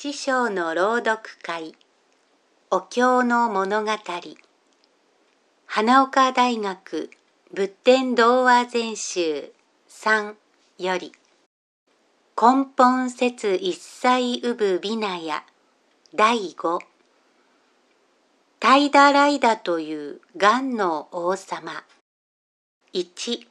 七章の朗読会、お経の物語、花岡大学仏典童話全集3より、根本説一切有無ビナヤ第5、タイダライダという元の王様。1、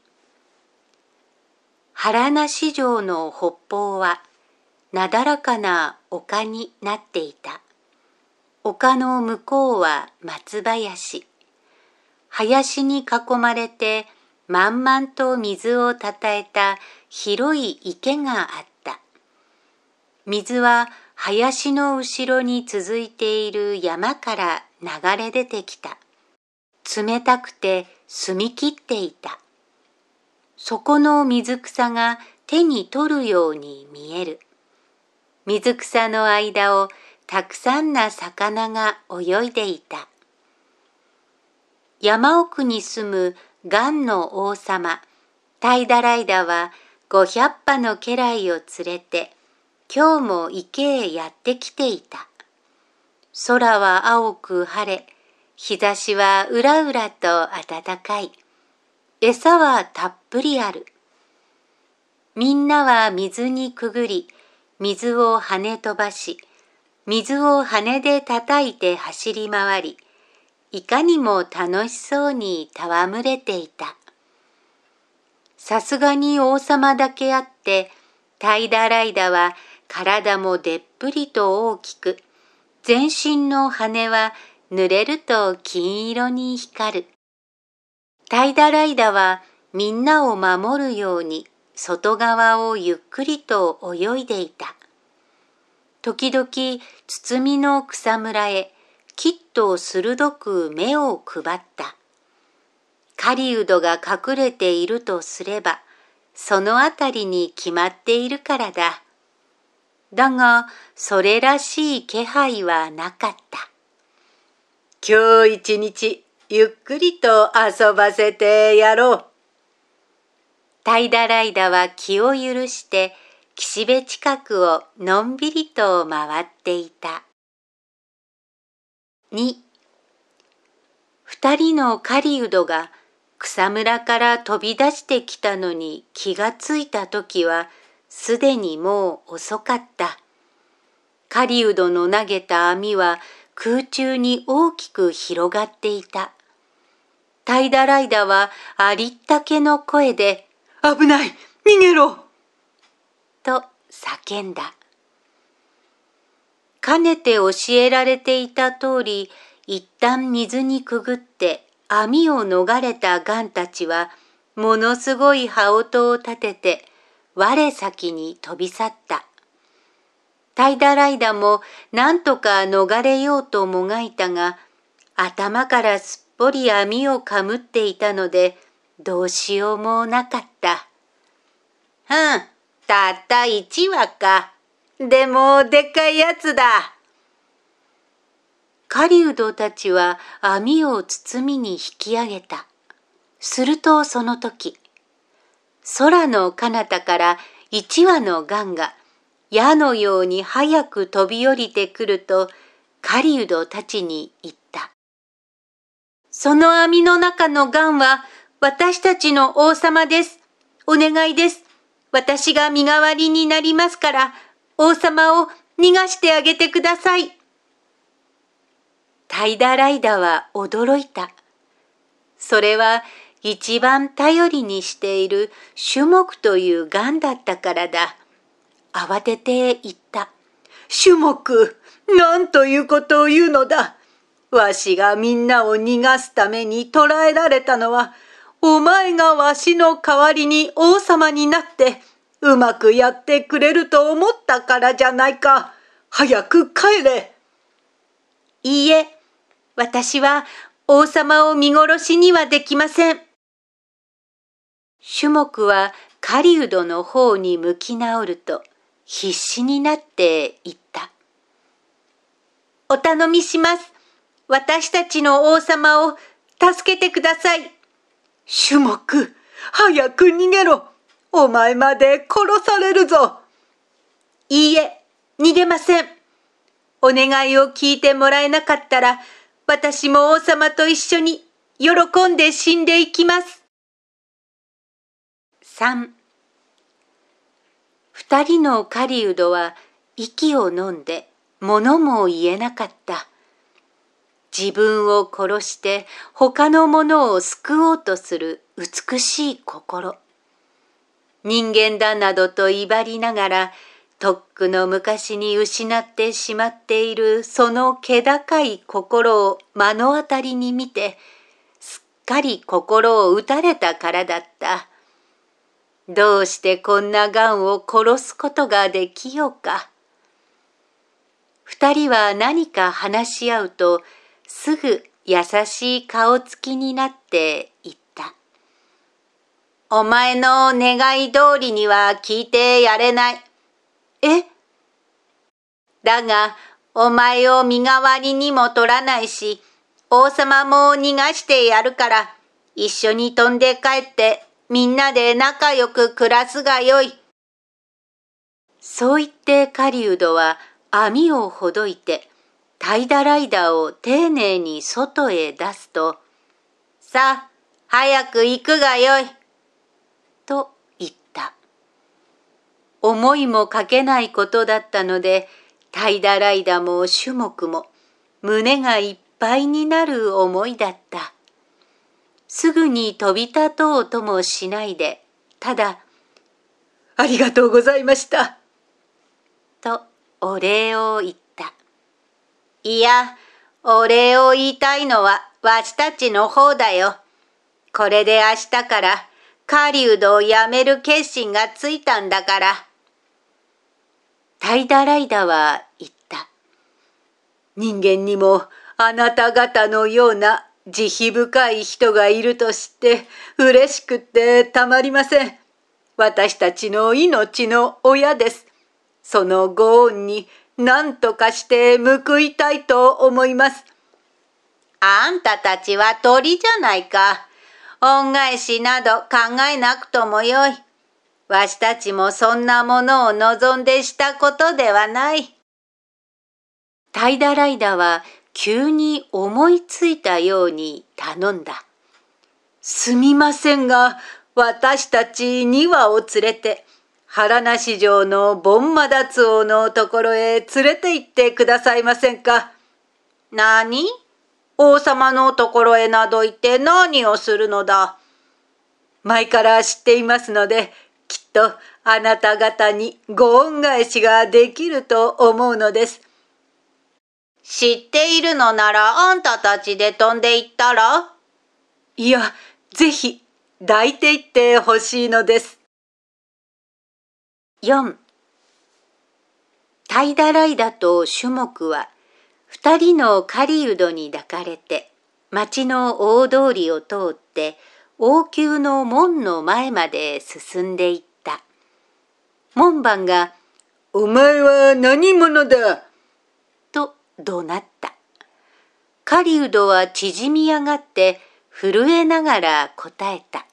原梨城の北方はなだらかな丘になっていた。丘の向こうは松林。林に囲まれて満々と水をたたえた広い池があった。水は林の後ろに続いている山から流れ出てきた。冷たくて澄み切っていた。そこの水草が手に取るように見える。水草の間をたくさんな魚が泳いでいた。山奥に住む元の王様、タイダライダは500羽の家来を連れて、今日も池へやってきていた。空は青く晴れ、日差しはうらうらと暖かい。餌はたっぷりある。みんなは水にくぐり、水を跳ね飛ばし、水を羽で叩いて走り回り、いかにも楽しそうに戯れていた。さすがに王様だけあって、タイダライダは体もでっぷりと大きく、全身の羽は濡れると金色に光る。タイダライダはみんなを守るように外側をゆっくりと泳いでいた。時々包みの草むらへきっと鋭く目を配った。狩人が隠れているとすれば、そのあたりに決まっているからだ。だが、それらしい気配はなかった。 今日一日、ゆっくりと遊ばせてやろう。 タイダライダは気を許して、岸辺近くをのんびりと回っていた。2、二人の狩人が草むらから飛び出してきたのに気がついたときは、すでにもう遅かった。狩人の投げた網は空中に大きく広がっていた。タイダライダはありったけの声で、 危ない、逃げろと叫んだ。かねて教えられていた通り、一旦水にくぐって網を逃れたガンたちは、ものすごい羽音を立てて、我先に飛び去った。タイダライダも何とか逃れようともがいたが、頭からすっぽり網をかむっていたので、どうしようもなかった。 たった1羽か。でもでっかいやつだ。 狩人たちは網を包みに引き上げた。するとその時、空の彼方から1羽の雁が矢のように早く飛び降りてくると、狩人たちに言った。その網の中の雁は私たちの王様です。お願いです。私が身代わりになりますから、王様を逃がしてあげてください。タイダライダは驚いた。それは一番頼りにしているシュモクという雁だったからだ。慌てて言った。 シュモク、なんということを言うのだ。わしがみんなを逃がすために捕らえられたのは、お前がわしの代わりに王様になって、うまくやってくれると思ったからじゃないか。早く帰れ。 いいえ、私は王様を見殺しにはできません。シュモクは狩人の方に向き直ると、必死になって言った。お頼みします。私たちの王様を助けてください。 シュモク、早く逃げろ。お前まで殺されるぞ。 いいえ、逃げません。 お願いを聞いてもらえなかったら、私も王様と一緒に喜んで死んでいきます。 3、二人の狩人は息を飲んで物も言えなかった。自分を殺して他の者を救おうとする美しい心。人間だなどと威張りながら、とっくの昔に失ってしまっているその気高い心を目の当たりに見て、すっかり心を打たれたからだった。どうしてこんながんを殺すことができようか。二人は何か話し合うと、すぐ優しい顔つきになって言った。お前の願い通りには聞いてやれない。え？だが、お前を身代わりにも取らないし、王様も逃がしてやるから、一緒に飛んで帰ってみんなで仲良く暮らすがよい。そう言って狩人は網をほどいて、怠惰ライダーを丁寧に外へ出すと、さあ、早く行くがよい。と言った。思いもかけないことだったので、怠惰ライダーも種目も胸がいっぱいになる思いだった。すぐに飛び立とうともしないで、ただ、 ありがとうございました。 とお礼を言った。いや、お礼を言いたいのはわしたちの方だよ。これで明日から狩人をやめる決心がついたんだから。怠惰ライダーは言った。 人間にもあなた方のような慈悲深い人がいると知って嬉しくてたまりません。私たちの命の親です。そのご恩に何とかして報いたいと思います。 あんたたちは鳥じゃないか。恩返しなど考えなくともよい。わしたちもそんなものを望んでしたことではない。怠惰ライダーは急に思いついたように頼んだ。 すみませんが、私たち2羽を連れて、原梨城のボンマダツオのところへ連れて行ってくださいませんか。 何？王様のところへなど行って何をするのだ。 前から知っていますので、きっとあなた方にご恩返しができると思うのです。 知っているのならあんたたちで飛んで行ったら？ いや、ぜひ抱いて行ってほしいのです。 4、怠惰ライダーと種目は二人の狩人に抱かれて町の大通りを通って王宮の門の前まで進んでいった。門番がお前は何者だと怒鳴った。狩人は縮み上がって震えながら答えた。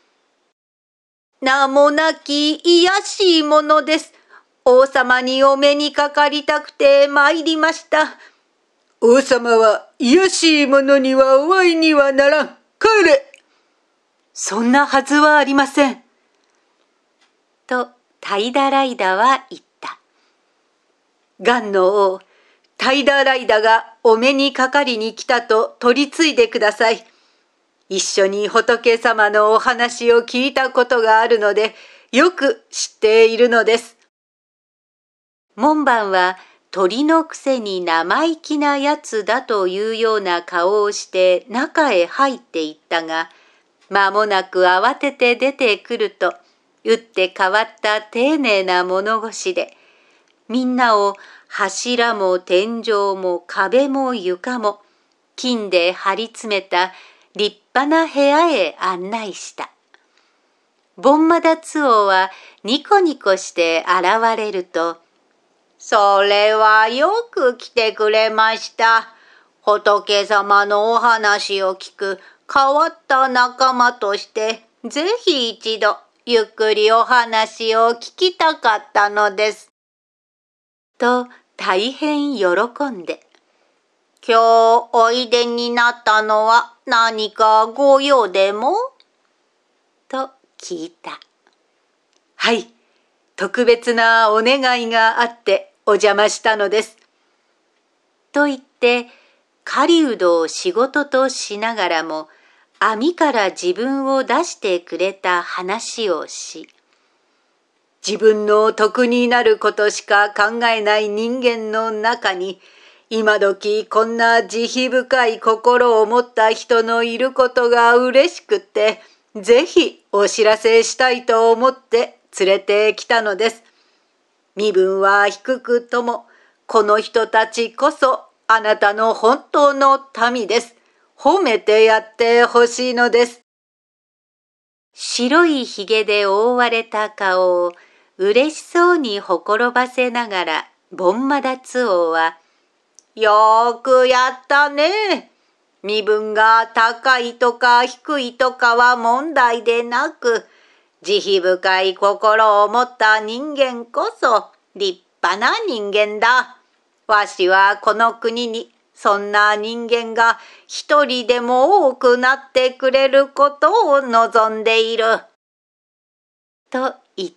名もなき卑しいものです。王様にお目にかかりたくて参りました。王様は卑しいものにはお会いにはならん。帰れ。 そんなはずはありません。と怠惰ライダーは言った。 ガンの王、怠惰ライダーがお目にかかりに来たと取り次いでください。一緒に仏様のお話を聞いたことがあるので、よく知っているのです。 門番は鳥のくせに生意気なやつだというような顔をして中へ入っていったが、間もなく慌てて出てくると、打って変わった丁寧な物腰で、みんなを柱も天井も壁も床も金で張り詰めた立派な部屋へ案内した。ボンマダツオはニコニコして現れると、それはよく来てくれました。仏様のお話を聞く変わった仲間として、ぜひ一度ゆっくりお話を聞きたかったのです。と大変喜んで、 今日おいでになったのは何かご用でもと聞いた。 はい、特別なお願いがあってお邪魔したのです。 と言って、狩人を仕事としながらも、網から自分を出してくれた話をし、 自分の得になることしか考えない人間の中に、今時こんな慈悲深い心を持った人のいることが嬉しくて、ぜひお知らせしたいと思って連れてきたのです。身分は低くとも、この人たちこそあなたの本当の民です。褒めてやってほしいのです。 白いひげで覆われた顔を嬉しそうにほころばせながら、ボンマダツオは、 よーくやったね。身分が高いとか低いとかは問題でなく、慈悲深い心を持った人間こそ立派な人間だ。わしはこの国にそんな人間が一人でも多くなってくれることを望んでいる。 と言った。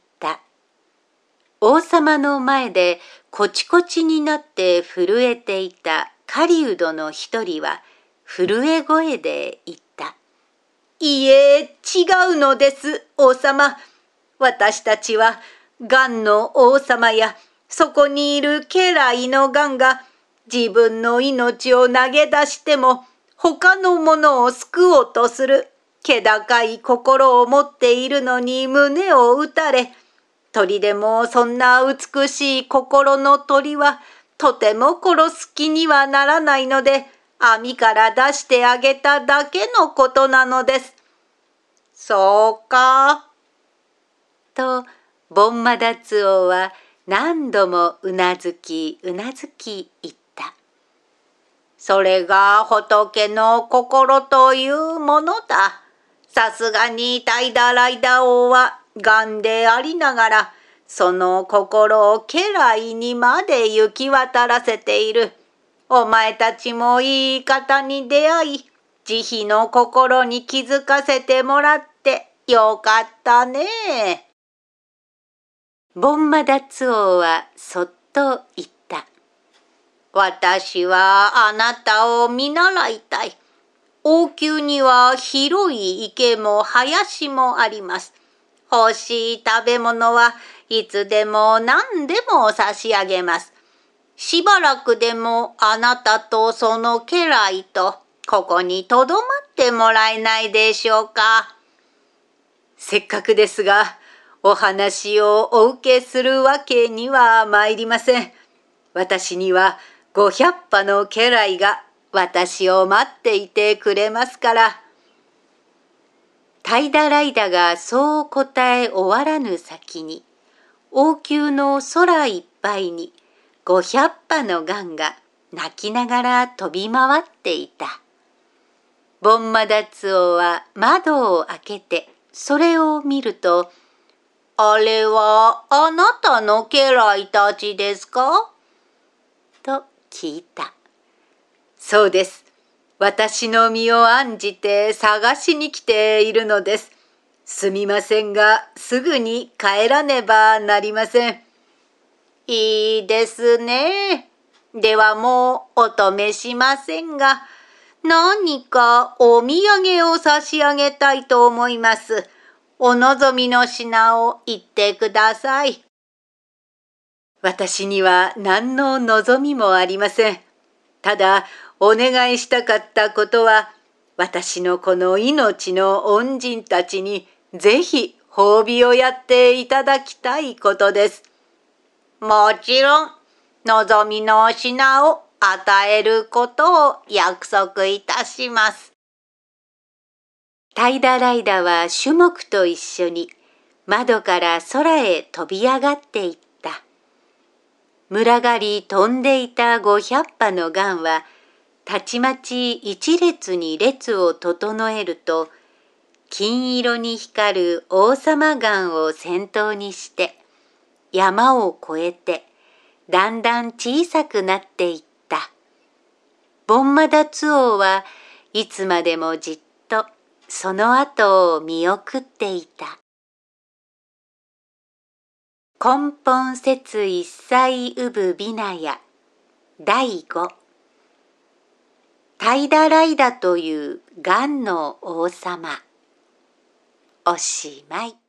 王様の前でこちこちになって震えていた狩人の一人は震え声で言った。 いいえ、違うのです、王様。私たちは、ガンの王様や、そこにいる家来のガンが、自分の命を投げ出しても、他の者を救おうとする、気高い心を持っているのに胸を打たれ、鳥でもそんな美しい心の鳥は、とても殺す気にはならないので、網から出してあげただけのことなのです。そうか。 と、ボンマダツオは何度もうなずき言った。 それが仏の心というものだ。さすがにタイダライダ王は癌でありながら、その心を家来にまで行き渡らせている。お前たちもいい方に出会い、慈悲の心に気づかせてもらってよかったね。 ボンマダツオはそっと言った。 私はあなたを見習いたい。王宮には広い池も林もあります。欲しい食べ物はいつでも何でも差し上げます。しばらくでもあなたとその家来とここにとどまってもらえないでしょうか。せっかくですが、お話をお受けするわけには参りません。私には500羽の家来が私を待っていてくれますから。 タイダライダがそう答え終わらぬ先に、王宮の空いっぱいに500羽のガンが鳴きながら飛び回っていた。ボンマダツオは窓を開けてそれを見ると、 あれはあなたの家来たちですかと聞いた。 そうです。私の身を案じて探しに来ているのです。すみませんが、すぐに帰らねばなりません。いいですね。ではもうお止めしませんが、何かお土産を差し上げたいと思います。お望みの品を言ってください。私には何の望みもありません。ただ、お願いしたかったことは、私のこの命の恩人たちにぜひ褒美をやっていただきたいことです。もちろん、望みの品を与えることを約束いたします。 タイダライダはシュモクと一緒に窓から空へ飛び上がっていった。群がり飛んでいた500羽のガンは、たちまち一列に列を整えると、金色に光る王様ガンを先頭にして、山を越えて、 だんだん小さくなっていった。ボンマダツオウはいつまでもじっとその後を見送っていた。根本節一切ウブビナヤ第5。タイダライダというガンの王様。おしまい。